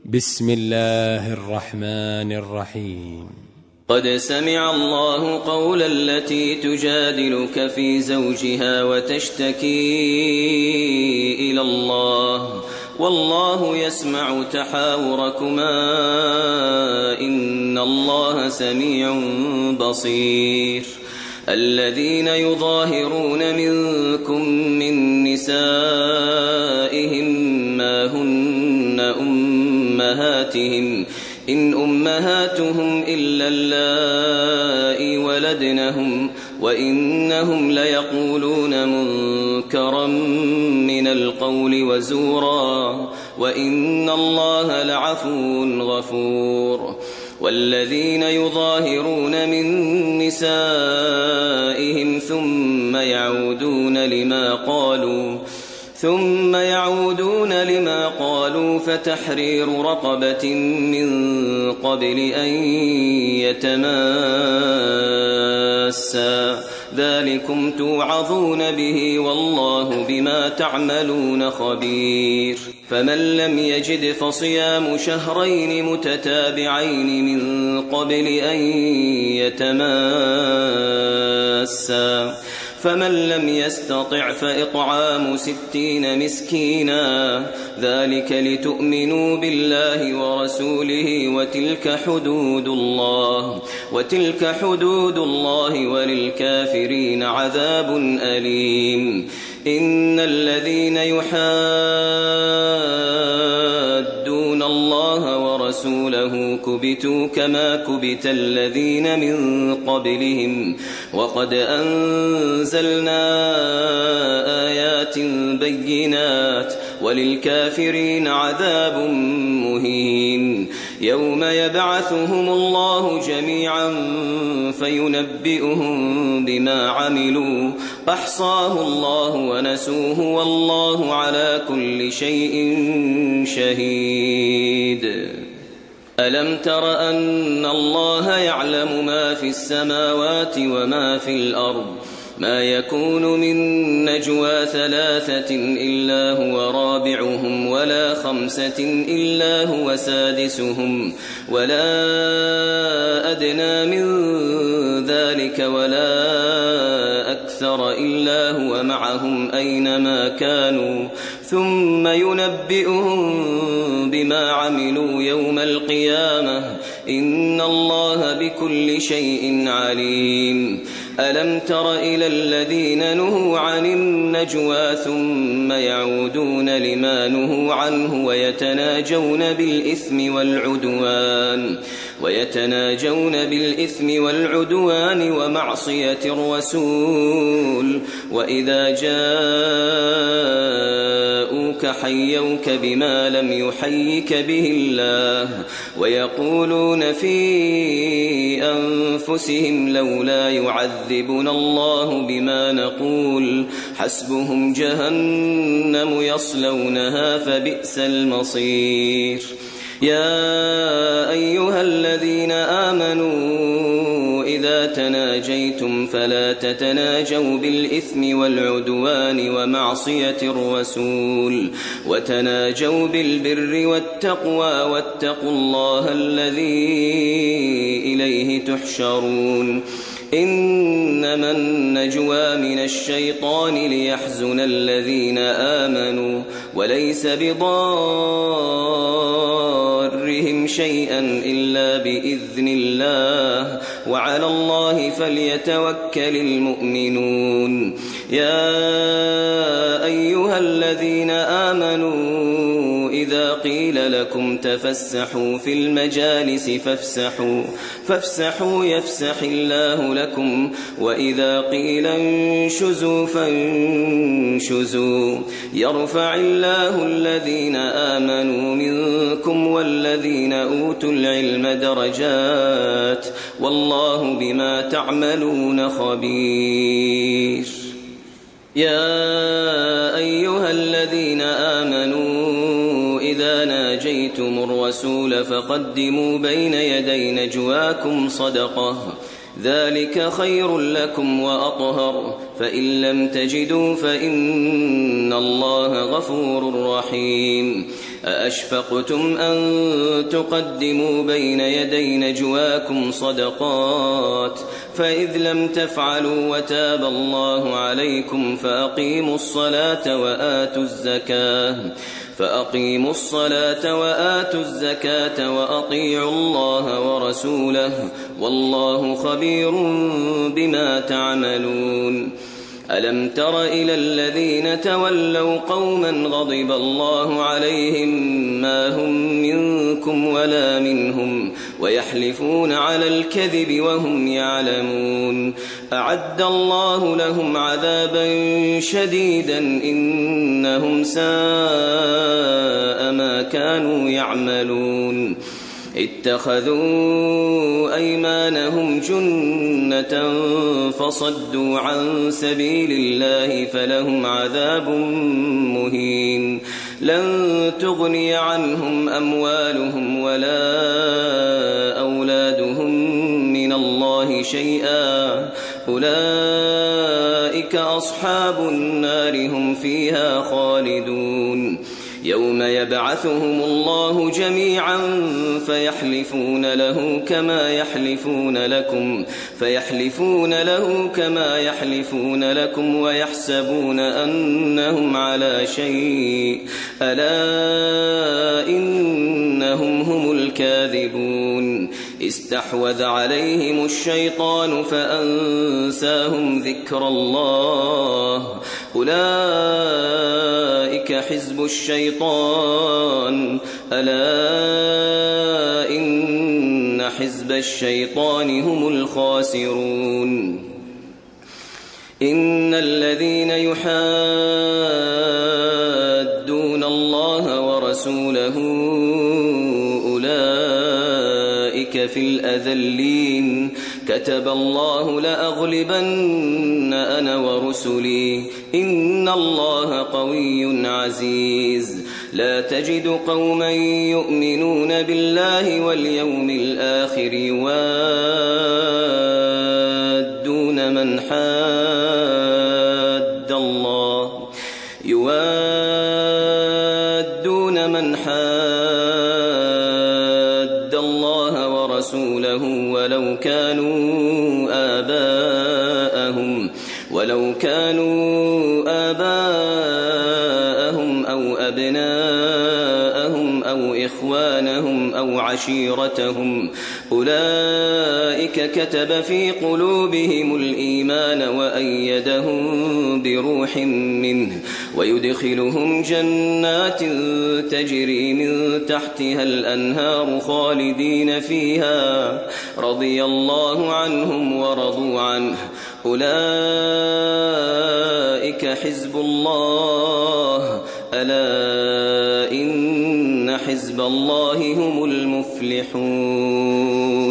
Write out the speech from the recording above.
بسم الله الرحمن الرحيم. قد سمع الله قول التي تجادلك في زوجها وتشتكي إلى الله والله يسمع تحاوركما إن الله سميع بصير. الذين يظاهرون منكم من نسائهم ما هن أمهاتهم إن أمهاتهم إلا اللائي ولدنهم وإنهم ليقولون منكرا من القول وزورا وإن الله لعفو غفور. والذين يظاهرون من نسائهم ثم يعودون لما قالوا فتحرير رقبة من قبل أن يتماسا ذلكم توعظون به والله بما تعملون خبير. فمن لم يجد فصيام شهرين متتابعين من قبل أن يتماسا فمن لم يستطع فإطعام 60 مسكينا ذلك لتؤمنوا بالله ورسوله وتلك حدود الله وللكافرين عذاب أليم. إن الذين يحادون الله ورسوله كبتوا كما كبت الذين من قبلهم وقد أنزلنا آيات بينات وللكافرين عذاب مهين. يوم يبعثهم الله جميعا فينبئهم بما عملوا أحصاه الله ونسوه والله على كل شيء شهيد. ألم تر أن الله يعلم ما في السماوات وما في الأرض ما يكون من نجوى 3 إلا هو رابعهم ولا 5 إلا هو سادسهم ولا أدنى من ذلك ولا أكثر إلا هو معهم أينما كانوا ثم ينبئهم بما عملوا يوم القيامة إن الله بكل شيء عليم. ألم تر إلى الذين نهوا عن النجوى ثم يعودون لما نهوا عنه ويتناجون بالإثم والعدوان ومعصية الرسول وإذا جاءوك حيوك بما لم يحيك به الله ويقولون في أنفسهم لولا يعذبنا الله بما نقول حسبهم جهنم يصلونها فبئس المصير. يا أيها الذين آمنوا إذا تناجيتم فلا تتناجوا بالإثم والعدوان ومعصية الرسول وتناجوا بالبر والتقوى واتقوا الله الذي إليه تحشرون. إنما النجوى من الشيطان ليحزن الذين آمنوا وليس بضارهم شيئا إلا بإذن الله وعلى الله فليتوكل المؤمنون. يا أيها الذين آمنوا إذا قيل لكم تفسحوا في المجالس فافسحوا يفسح الله لكم وإذا قيل انشزوا فانشزوا يرفع الله الذين آمنوا منكم والذين أوتوا العلم درجات والله بما تعملون خبير. يا أيها الذين آمنوا إذا ناجيتم الرسول فقدموا بين يدي نجواكم صدقة ذلك خير لكم وأطهر فإن لم تجدوا فإن الله غفور رحيم. أأشفقتم أن تقدموا بين يدي نجواكم صدقات فإذ لم تفعلوا وتاب الله عليكم فأقيموا الصلاة وآتوا الزكاة وأطيعوا الله ورسوله والله خبير بما تعملون. ألم تر إلى الذين تولوا قوما غضب الله عليهم ما هم منكم ولا منهم ويحلفون على الكذب وهم يعلمون أعد الله لهم عذابا شديدا إنهم ساء ما كانوا يعملون اتخذوا أيمانهم جنة فصدوا عن سبيل الله فلهم عذاب مهين لن تغني عنهم أموالهم ولا أولادهم من الله شيئا أولئك أصحاب النار هم فيها خالدون يوم يبعثهم الله جميعا فيحلفون له كما يحلفون لكم ويحسبون أنهم على شيء ألا إنهم هم الكاذبون استحوذ عليهم الشيطان فأنساهم ذكر الله أولئك حزب الشيطان ألا إن حزب الشيطان هم الخاسرون إن الذين يحادون الله ورسوله أولئك في الأذلين كتب الله لأغلبن أنا ورسلي إن الله قوي عزيز لا تجد قوما يؤمنون بالله واليوم الآخر يوادون من حاد الله ورسوله ولو كانوا آباءهم أو أبناءهم أو إخوانهم أو عشيرتهم أولئك كتب في قلوبهم الإيمان وأيدهم بروح منه ويدخلهم جنات تجري من تحتها الأنهار خالدين فيها رضي الله عنهم ورضوا عنه أولئك حزب الله ألا إن حزب الله هم المفلحون.